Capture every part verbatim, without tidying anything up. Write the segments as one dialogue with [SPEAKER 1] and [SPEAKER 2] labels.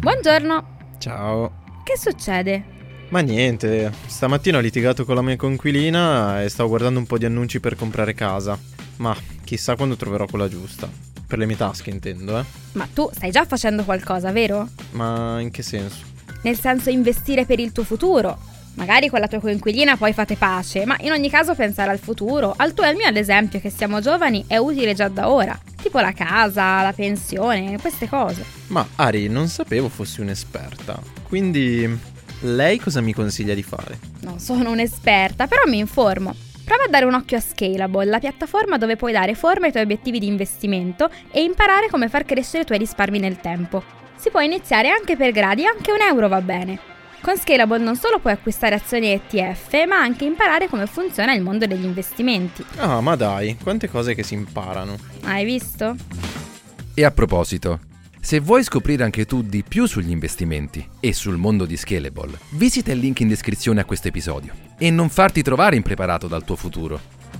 [SPEAKER 1] Buongiorno.
[SPEAKER 2] Ciao.
[SPEAKER 1] Che succede?
[SPEAKER 2] Ma niente, stamattina ho litigato con la mia coinquilina e stavo guardando un po' di annunci per comprare casa. Ma chissà quando troverò quella giusta. Per le mie tasche intendo, eh.
[SPEAKER 1] Ma tu stai già facendo qualcosa, vero?
[SPEAKER 2] Ma in che senso?
[SPEAKER 1] Nel senso investire per il tuo futuro. Magari con la tua coinquilina poi fate pace, ma in ogni caso pensare al futuro, al tuo e al mio ad esempio, che siamo giovani, è utile già da ora. Tipo la casa, la pensione, queste cose.
[SPEAKER 2] Ma Ari, non sapevo fossi un'esperta. Quindi lei cosa mi consiglia di fare?
[SPEAKER 1] Non sono un'esperta, però mi informo. Prova a dare un occhio a Scalable, la piattaforma dove puoi dare forma ai tuoi obiettivi di investimento e imparare come far crescere i tuoi risparmi nel tempo. Si può iniziare anche per gradi, anche un euro va bene. Con Scalable non solo puoi acquistare azioni E T F, ma anche imparare come funziona il mondo degli investimenti.
[SPEAKER 2] Ah, ma dai, quante cose che si imparano.
[SPEAKER 1] Hai visto?
[SPEAKER 3] E a proposito, se vuoi scoprire anche tu di più sugli investimenti e sul mondo di Scalable, visita il link in descrizione a questo episodio e non farti trovare impreparato dal tuo futuro.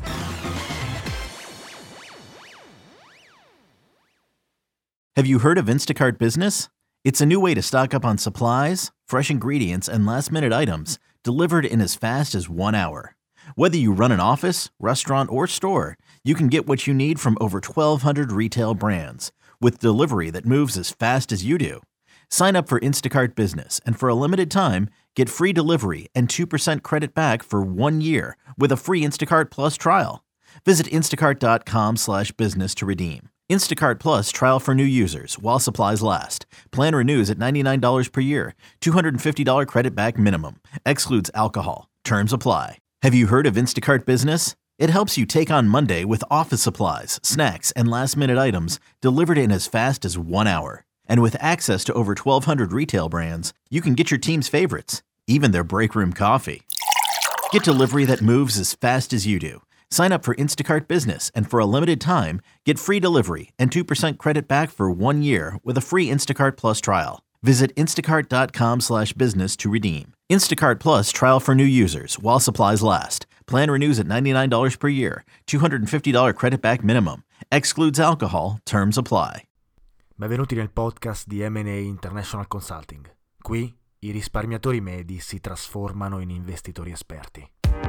[SPEAKER 4] Have you heard of Instacart Business? It's a new way to stock up on supplies, fresh ingredients, and last-minute items delivered in as fast as one hour. Whether you run an office, restaurant, or store, you can get what you need from over twelve hundred retail brands with delivery that moves as fast as you do. Sign up for Instacart Business and for a limited time, get free delivery and two percent credit back for one year with a free Instacart Plus trial. Visit instacart.com slash business to redeem. Instacart Plus trial for new users while supplies last. Plan renews at ninety-nine dollars per year. two hundred fifty dollars credit back minimum. Excludes alcohol. Terms apply. Have you heard of Instacart Business? It helps you take on Monday with office supplies, snacks, and last-minute items delivered in as fast as one hour. And with access to over twelve hundred retail brands, you can get your team's favorites, even their break room coffee. Get delivery that moves as fast as you do. Sign up for Instacart Business and for a limited time, get free delivery and two percent credit back for one year with a free Instacart Plus trial. Visit instacart.com slash business to redeem. Instacart Plus trial for new users while supplies last. Plan renews at ninety-nine dollars per year. two hundred fifty dollars credit back minimum. Excludes alcohol. Terms apply.
[SPEAKER 5] Benvenuti nel podcast di M and A International Consulting. Qui i risparmiatori medi si trasformano in investitori esperti.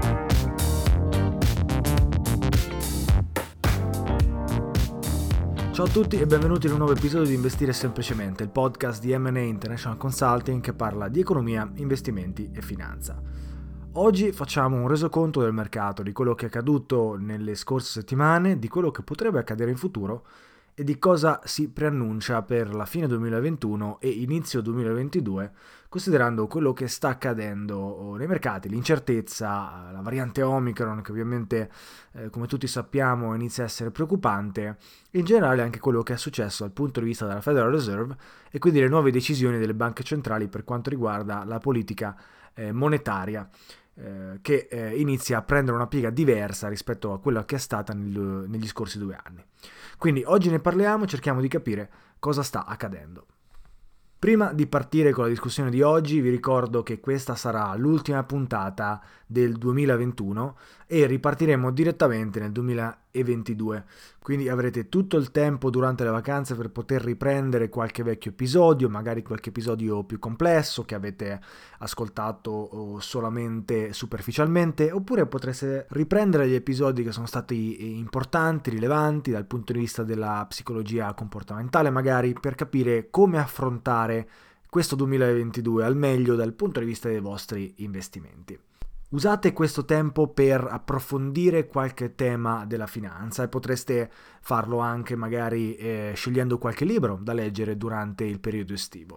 [SPEAKER 5] Ciao a tutti e benvenuti in un nuovo episodio di Investire Semplicemente, il podcast di M and A International Consulting che parla di economia, investimenti e finanza. Oggi facciamo un resoconto del mercato, di quello che è accaduto nelle scorse settimane, di quello che potrebbe accadere in futuro e di cosa si preannuncia per la fine duemilaventuno e inizio duemilaventidue, considerando quello che sta accadendo nei mercati, l'incertezza, la variante Omicron che ovviamente, eh, come tutti sappiamo, inizia a essere preoccupante, e in generale anche quello che è successo dal punto di vista della Federal Reserve e quindi le nuove decisioni delle banche centrali per quanto riguarda la politica eh, monetaria. Eh, che eh, inizia a prendere una piega diversa rispetto a quella che è stata nel, negli scorsi due anni. Quindi oggi ne parliamo, cerchiamo di capire cosa sta accadendo. Prima di partire con la discussione di oggi vi ricordo che questa sarà l'ultima puntata del duemilaventuno e ripartiremo direttamente nel duemilaventidue, quindi avrete tutto il tempo durante le vacanze per poter riprendere qualche vecchio episodio, magari qualche episodio più complesso che avete ascoltato solamente superficialmente, oppure potreste riprendere gli episodi che sono stati importanti, rilevanti dal punto di vista della psicologia comportamentale, magari per capire come affrontare questo duemilaventidue al meglio dal punto di vista dei vostri investimenti. Usate questo tempo per approfondire qualche tema della finanza e potreste farlo anche magari eh, scegliendo qualche libro da leggere durante il periodo estivo.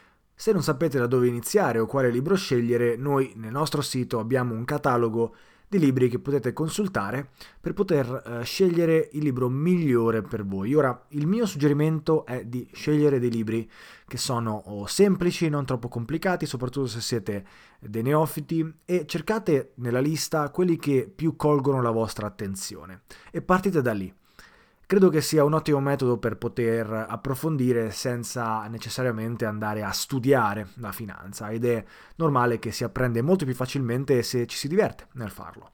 [SPEAKER 5] Se non sapete da dove iniziare o quale libro scegliere, noi nel nostro sito abbiamo un catalogo di libri che potete consultare per poter eh, scegliere il libro migliore per voi. Ora, il mio suggerimento è di scegliere dei libri che sono oh, semplici, non troppo complicati, soprattutto se siete dei neofiti, e cercate nella lista quelli che più colgono la vostra attenzione e partite da lì. Credo che sia un ottimo metodo per poter approfondire senza necessariamente andare a studiare la finanza, ed è normale che si apprende molto più facilmente se ci si diverte nel farlo.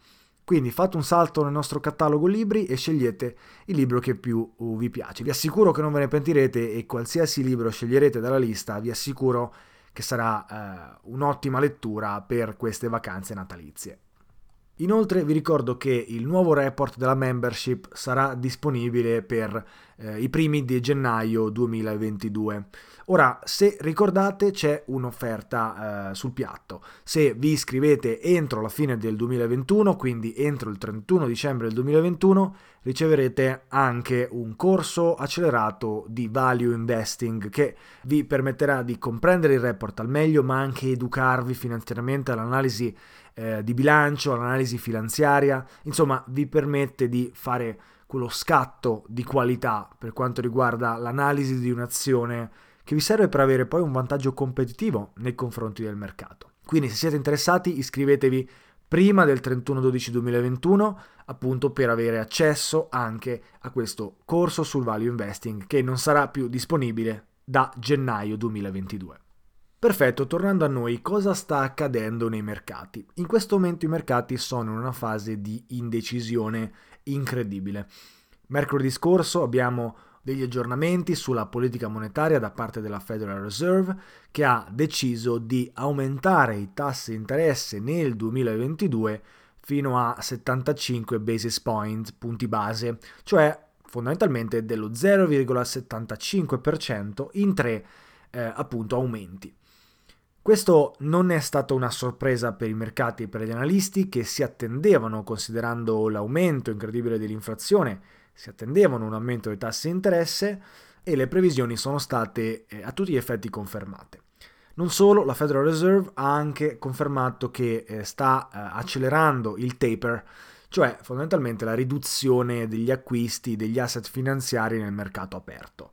[SPEAKER 5] Quindi fate un salto nel nostro catalogo libri e scegliete il libro che più vi piace. Vi assicuro che non ve ne pentirete e qualsiasi libro sceglierete dalla lista vi assicuro che sarà eh, un'ottima lettura per queste vacanze natalizie. Inoltre vi ricordo che il nuovo report della membership sarà disponibile per eh, i primi di gennaio duemilaventidue. Ora, se ricordate, c'è un'offerta eh, sul piatto. Se vi iscrivete entro la fine del duemilaventuno, quindi entro il trentuno dicembre del duemilaventuno, riceverete anche un corso accelerato di value investing che vi permetterà di comprendere il report al meglio, ma anche educarvi finanziariamente all'analisi eh, di bilancio, all'analisi finanziaria. Insomma, vi permette di fare quello scatto di qualità per quanto riguarda l'analisi di un'azione che vi serve per avere poi un vantaggio competitivo nei confronti del mercato. Quindi se siete interessati iscrivetevi prima del trentuno dicembre duemilaventuno, appunto per avere accesso anche a questo corso sul value investing che non sarà più disponibile da gennaio duemilaventidue. Perfetto, tornando a noi, cosa sta accadendo nei mercati? In questo momento i mercati sono in una fase di indecisione incredibile. Mercoledì scorso abbiamo degli aggiornamenti sulla politica monetaria da parte della Federal Reserve, che ha deciso di aumentare i tassi di interesse nel duemilaventidue fino a settantacinque basis point, punti base, cioè fondamentalmente dello zero virgola settantacinque per cento in tre eh, appunto aumenti. Questo non è stata una sorpresa per i mercati e per gli analisti, che si attendevano, considerando l'aumento incredibile dell'inflazione, si attendevano un aumento dei tassi di interesse e le previsioni sono state eh, a tutti gli effetti confermate. Non solo, la Federal Reserve ha anche confermato che eh, sta eh, accelerando il taper, cioè fondamentalmente la riduzione degli acquisti degli asset finanziari nel mercato aperto.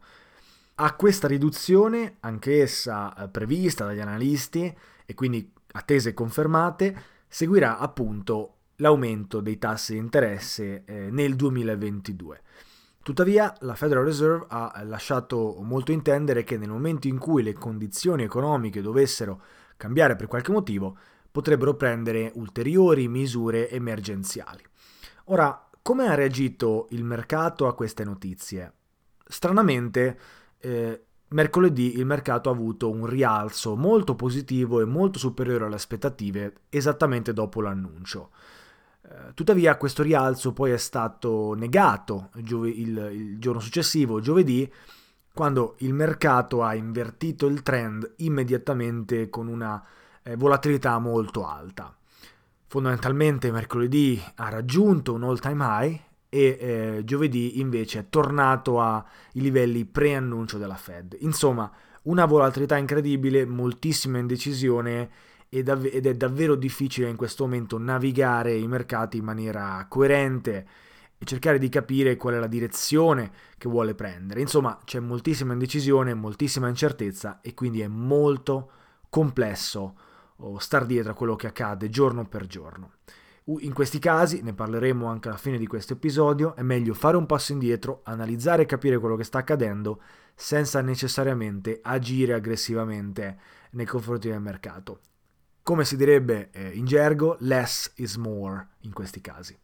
[SPEAKER 5] A questa riduzione, anch'essa eh, prevista dagli analisti e quindi attese e confermate, seguirà appunto l'aumento dei tassi di interesse eh, nel duemilaventidue. Tuttavia, la Federal Reserve ha lasciato molto intendere che nel momento in cui le condizioni economiche dovessero cambiare per qualche motivo, potrebbero prendere ulteriori misure emergenziali. Ora, come ha reagito il mercato a queste notizie? Stranamente, eh, mercoledì il mercato ha avuto un rialzo molto positivo e molto superiore alle aspettative esattamente dopo l'annuncio. Tuttavia questo rialzo poi è stato negato il, il giorno successivo, giovedì, quando il mercato ha invertito il trend immediatamente con una eh, volatilità molto alta. Fondamentalmente mercoledì ha raggiunto un all-time high e eh, giovedì invece è tornato ai livelli pre-annuncio della Fed. Insomma, una volatilità incredibile, moltissima indecisione ed è davvero difficile in questo momento navigare i mercati in maniera coerente e cercare di capire qual è la direzione che vuole prendere. Insomma, c'è moltissima indecisione, moltissima incertezza e quindi è molto complesso star dietro a quello che accade giorno per giorno. In questi casi, ne parleremo anche alla fine di questo episodio, è meglio fare un passo indietro, analizzare e capire quello che sta accadendo senza necessariamente agire aggressivamente nei confronti del mercato. Come si direbbe eh, in gergo, less is more in questi casi.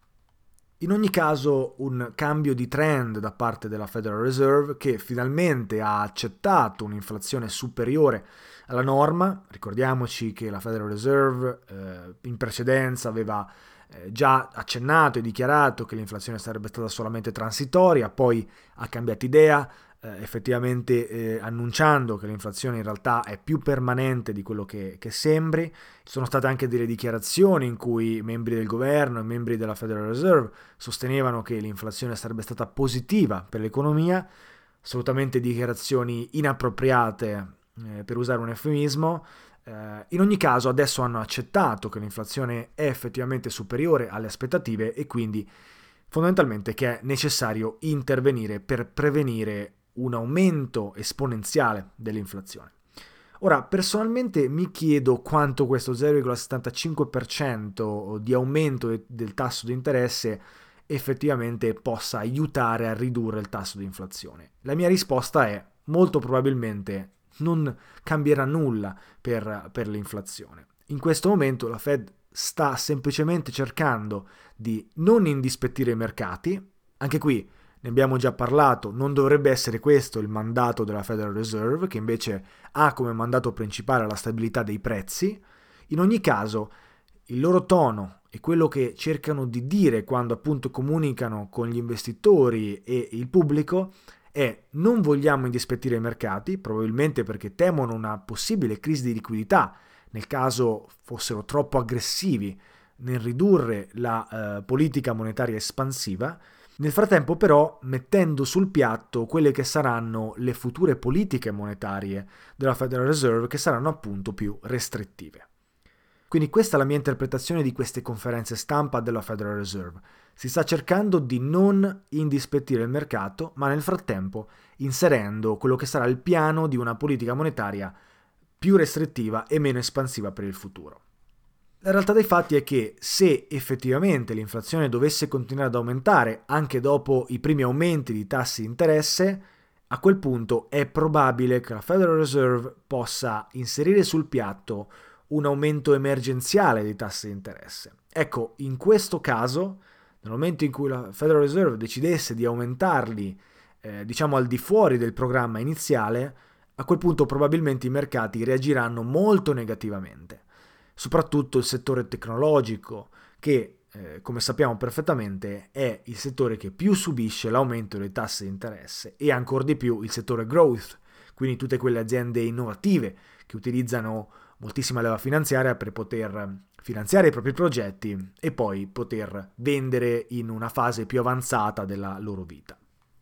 [SPEAKER 5] In ogni caso, un cambio di trend da parte della Federal Reserve, che finalmente ha accettato un'inflazione superiore alla norma. Ricordiamoci che la Federal Reserve eh, in precedenza aveva eh, già accennato e dichiarato che l'inflazione sarebbe stata solamente transitoria, poi ha cambiato idea, Eh, effettivamente eh, annunciando che l'inflazione in realtà è più permanente di quello che, che sembri. Ci sono state anche delle dichiarazioni in cui membri del governo e membri della Federal Reserve sostenevano che l'inflazione sarebbe stata positiva per l'economia, assolutamente dichiarazioni inappropriate eh, per usare un eufemismo. Eh, in ogni caso adesso hanno accettato che l'inflazione è effettivamente superiore alle aspettative e quindi fondamentalmente che è necessario intervenire per prevenire un aumento esponenziale dell'inflazione. Ora, personalmente mi chiedo quanto questo zero virgola settantacinque per cento di aumento del tasso di interesse effettivamente possa aiutare a ridurre il tasso di inflazione. La mia risposta è molto probabilmente non cambierà nulla per, per l'inflazione. In questo momento la Fed sta semplicemente cercando di non indispettire i mercati. Anche qui ne abbiamo già parlato, non dovrebbe essere questo il mandato della Federal Reserve, che invece ha come mandato principale la stabilità dei prezzi. In ogni caso, il loro tono e quello che cercano di dire quando appunto comunicano con gli investitori e il pubblico è: non vogliamo indispettire i mercati, probabilmente perché temono una possibile crisi di liquidità nel caso fossero troppo aggressivi nel ridurre la eh, politica monetaria espansiva. Nel frattempo però mettendo sul piatto quelle che saranno le future politiche monetarie della Federal Reserve, che saranno appunto più restrittive. Quindi questa è la mia interpretazione di queste conferenze stampa della Federal Reserve. Si sta cercando di non indispettire il mercato, ma nel frattempo inserendo quello che sarà il piano di una politica monetaria più restrittiva e meno espansiva per il futuro. La realtà dei fatti è che se effettivamente l'inflazione dovesse continuare ad aumentare anche dopo i primi aumenti di tassi di interesse, a quel punto è probabile che la Federal Reserve possa inserire sul piatto un aumento emergenziale dei tassi di interesse. Ecco, in questo caso, nel momento in cui la Federal Reserve decidesse di aumentarli, eh, diciamo al di fuori del programma iniziale, a quel punto probabilmente i mercati reagiranno molto negativamente. Soprattutto il settore tecnologico, che eh, come sappiamo perfettamente è il settore che più subisce l'aumento dei tassi di interesse, e ancora di più il settore growth, quindi tutte quelle aziende innovative che utilizzano moltissima leva finanziaria per poter finanziare i propri progetti e poi poter vendere in una fase più avanzata della loro vita.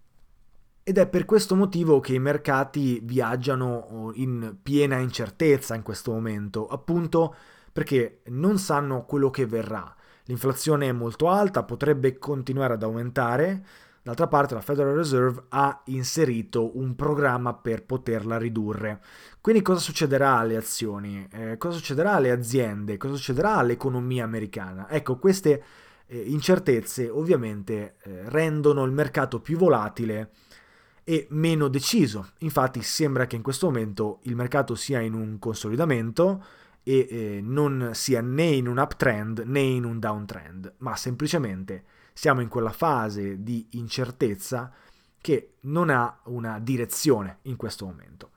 [SPEAKER 5] Ed è per questo motivo che i mercati viaggiano in piena incertezza in questo momento, appunto perché non sanno quello che verrà. L'inflazione è molto alta, potrebbe continuare ad aumentare. D'altra parte la Federal Reserve ha inserito un programma per poterla ridurre. Quindi cosa succederà alle azioni? Eh, cosa succederà alle aziende? Cosa succederà all'economia americana? Ecco, queste eh, incertezze ovviamente eh, rendono il mercato più volatile e meno deciso. Infatti sembra che in questo momento il mercato sia in un consolidamento e eh, non sia né in un uptrend né in un downtrend, ma semplicemente siamo in quella fase di incertezza che non ha una direzione in questo momento.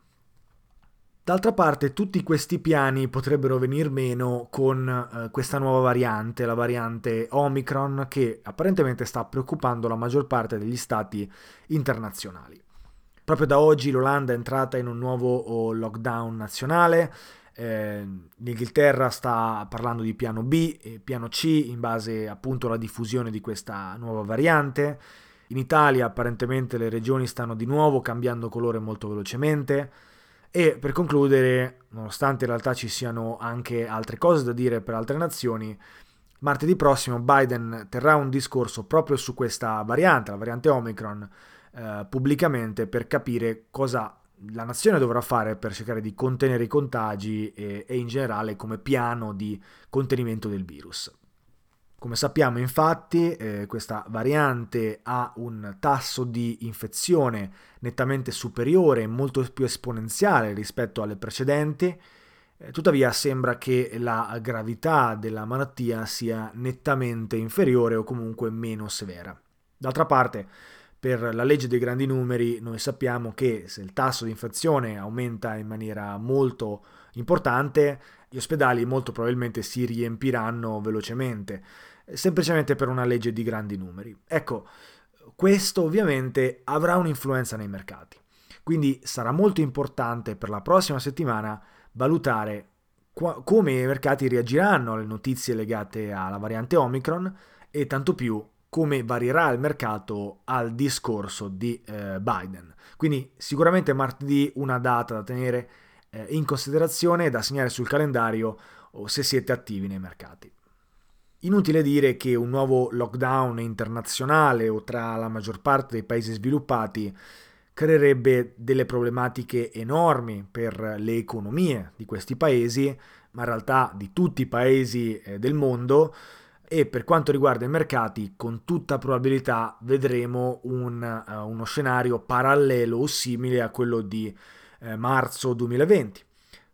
[SPEAKER 5] D'altra parte tutti questi piani potrebbero venir meno con eh, questa nuova variante, la variante Omicron, che apparentemente sta preoccupando la maggior parte degli stati internazionali. Proprio da oggi l'Olanda è entrata in un nuovo lockdown nazionale. Eh, l'Inghilterra sta parlando di piano B e piano C in base appunto alla diffusione di questa nuova variante. In Italia apparentemente le regioni stanno di nuovo cambiando colore molto velocemente. E per concludere, nonostante in realtà ci siano anche altre cose da dire per altre nazioni, martedì prossimo Biden terrà un discorso proprio su questa variante, la variante Omicron, eh, pubblicamente, per capire cosa la nazione dovrà fare per cercare di contenere i contagi e, e in generale come piano di contenimento del virus. Come sappiamo infatti eh, questa variante ha un tasso di infezione nettamente superiore e molto più esponenziale rispetto alle precedenti, eh, tuttavia sembra che la gravità della malattia sia nettamente inferiore o comunque meno severa. D'altra parte, per la legge dei grandi numeri noi sappiamo che se il tasso di infezione aumenta in maniera molto importante, gli ospedali molto probabilmente si riempiranno velocemente, semplicemente per una legge di grandi numeri. Ecco, questo ovviamente avrà un'influenza nei mercati, quindi sarà molto importante per la prossima settimana valutare qua- come i mercati reagiranno alle notizie legate alla variante Omicron e tanto più come varierà il mercato al discorso di eh, Biden. Quindi sicuramente martedì una data da tenere eh, in considerazione, da segnare sul calendario o se siete attivi nei mercati. Inutile dire che un nuovo lockdown internazionale o tra la maggior parte dei paesi sviluppati creerebbe delle problematiche enormi per le economie di questi paesi, ma in realtà di tutti i paesi eh, del mondo. E per quanto riguarda i mercati, con tutta probabilità vedremo un, uh, uno scenario parallelo o simile a quello di uh, marzo duemilaventi.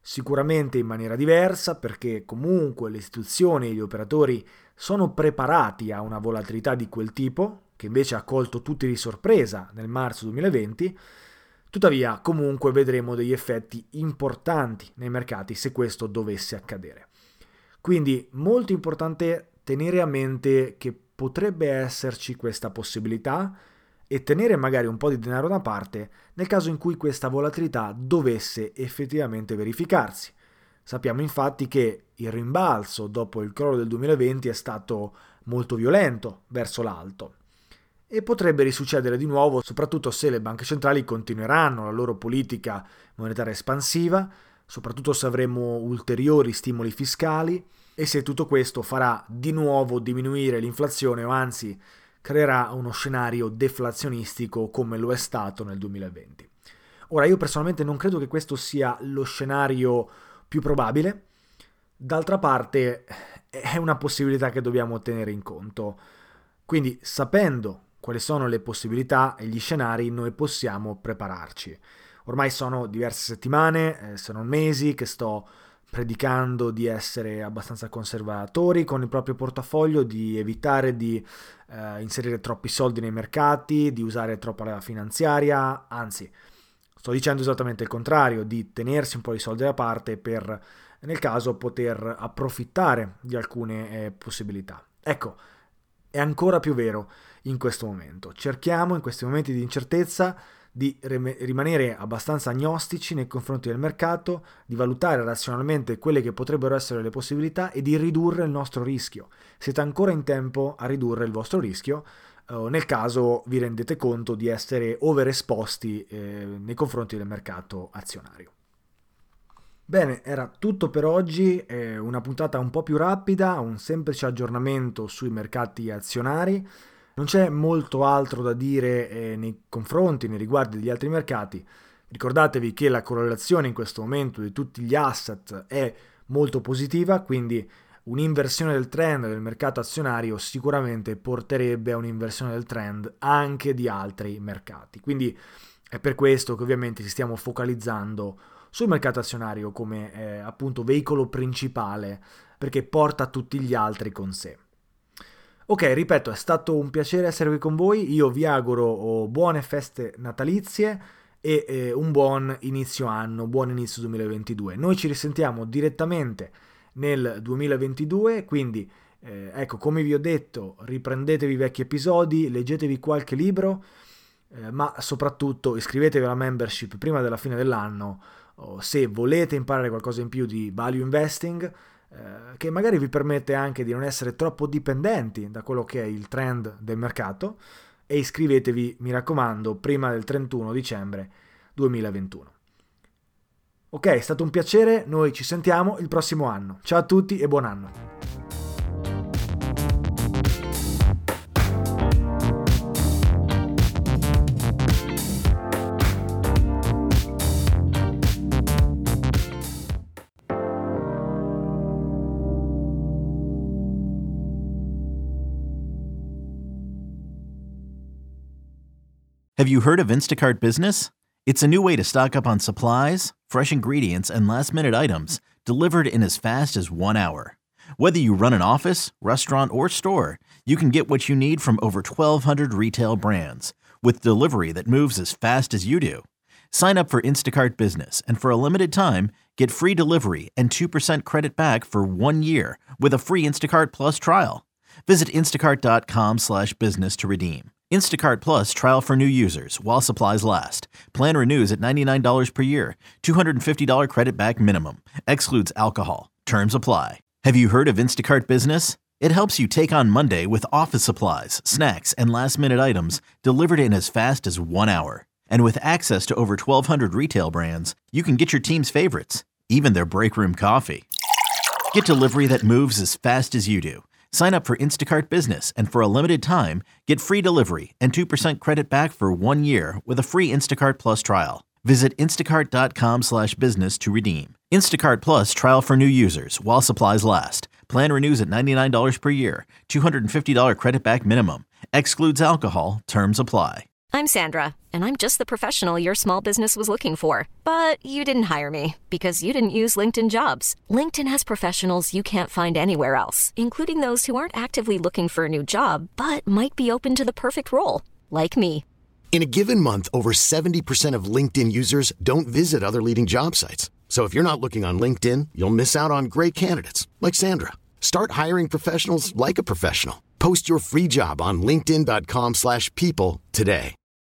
[SPEAKER 5] sicuramente in maniera diversa, perché comunque le istituzioni e gli operatori sono preparati a una volatilità di quel tipo, che invece ha colto tutti di sorpresa nel marzo duemilaventi. Tuttavia, comunque vedremo degli effetti importanti nei mercati se questo dovesse accadere. Quindi, molto importante tenere a mente che potrebbe esserci questa possibilità e tenere magari un po' di denaro da parte nel caso in cui questa volatilità dovesse effettivamente verificarsi. Sappiamo infatti che il rimbalzo dopo il crollo del duemilaventi è stato molto violento verso l'alto. E potrebbe risuccedere di nuovo, soprattutto se le banche centrali continueranno la loro politica monetaria espansiva, soprattutto se avremo ulteriori stimoli fiscali e se tutto questo farà di nuovo diminuire l'inflazione o anzi creerà uno scenario deflazionistico come lo è stato nel duemilaventi. Ora, io personalmente non credo che questo sia lo scenario più probabile, d'altra parte è una possibilità che dobbiamo tenere in conto. Quindi, sapendo quali sono le possibilità e gli scenari, noi possiamo prepararci. Ormai sono diverse settimane, eh, se non mesi, che sto predicando di essere abbastanza conservatori con il proprio portafoglio, di evitare di eh, inserire troppi soldi nei mercati, di usare troppa la finanziaria, anzi, sto dicendo esattamente il contrario, di tenersi un po' di soldi da parte per, nel caso, poter approfittare di alcune eh, possibilità. Ecco, è ancora più vero in questo momento. Cerchiamo in questi momenti di incertezza di rimanere abbastanza agnostici nei confronti del mercato, di valutare razionalmente quelle che potrebbero essere le possibilità e di ridurre il nostro rischio. Siete ancora in tempo a ridurre il vostro rischio, eh, nel caso vi rendete conto di essere overesposti eh, nei confronti del mercato azionario. Bene, era tutto per oggi, eh, una puntata un po' più rapida, un semplice aggiornamento sui mercati azionari. Non c'è molto altro da dire eh, nei confronti, nei riguardi degli altri mercati. Ricordatevi che la correlazione in questo momento di tutti gli asset è molto positiva, quindi un'inversione del trend del mercato azionario sicuramente porterebbe a un'inversione del trend anche di altri mercati. Quindi è per questo che ovviamente ci stiamo focalizzando sul mercato azionario come eh, appunto veicolo principale, perché porta tutti gli altri con sé. Ok, ripeto, è stato un piacere essere qui con voi, io vi auguro oh, buone feste natalizie e eh, un buon inizio anno, buon inizio duemilaventidue. Noi ci risentiamo direttamente nel duemilaventidue, quindi eh, ecco, come vi ho detto, riprendetevi i vecchi episodi, leggetevi qualche libro, eh, ma soprattutto iscrivetevi alla membership prima della fine dell'anno oh, se volete imparare qualcosa in più di value investing, che magari vi permette anche di non essere troppo dipendenti da quello che è il trend del mercato, e iscrivetevi, mi raccomando, prima del trentuno dicembre duemilaventuno. Ok, è stato un piacere, noi ci sentiamo il prossimo anno. Ciao a tutti e buon anno!
[SPEAKER 4] Have you heard of Instacart Business? It's a new way to stock up on supplies, fresh ingredients, and last-minute items delivered in as fast as one hour. Whether you run an office, restaurant, or store, you can get what you need from over twelve hundred retail brands with delivery that moves as fast as you do. Sign up for Instacart Business, and for a limited time, get free delivery and two percent credit back for one year with a free Instacart Plus trial. Visit instacart.com slash business to redeem. Instacart Plus trial for new users while supplies last. Plan renews at ninety-nine dollars per year. two hundred fifty dollars credit back minimum. Excludes alcohol. Terms apply. Have you heard of Instacart Business? It helps you take on Monday with office supplies, snacks, and last-minute items delivered in as fast as one hour. And with access to over twelve hundred retail brands, you can get your team's favorites, even their break room coffee. Get delivery that moves as fast as you do. Sign up for Instacart Business, and for a limited time, get free delivery and two percent credit back for one year with a free Instacart Plus trial. Visit instacart.com slash business to redeem. Instacart Plus trial for new users while supplies last. Plan renews at ninety-nine dollars per year. two hundred fifty dollars credit back minimum. Excludes alcohol. Terms apply.
[SPEAKER 6] I'm Sandra, and I'm just the professional your small business was looking for. But you didn't hire me because you didn't use LinkedIn Jobs. LinkedIn has professionals you can't find anywhere else, including those who aren't actively looking for a new job, but might be open to the perfect role, like me.
[SPEAKER 7] In a given month, over seventy percent of LinkedIn users don't visit other leading job sites. So if you're not looking on LinkedIn, you'll miss out on great candidates like Sandra. Start hiring professionals like a professional. Post your free job on linkedin dot com slash people today.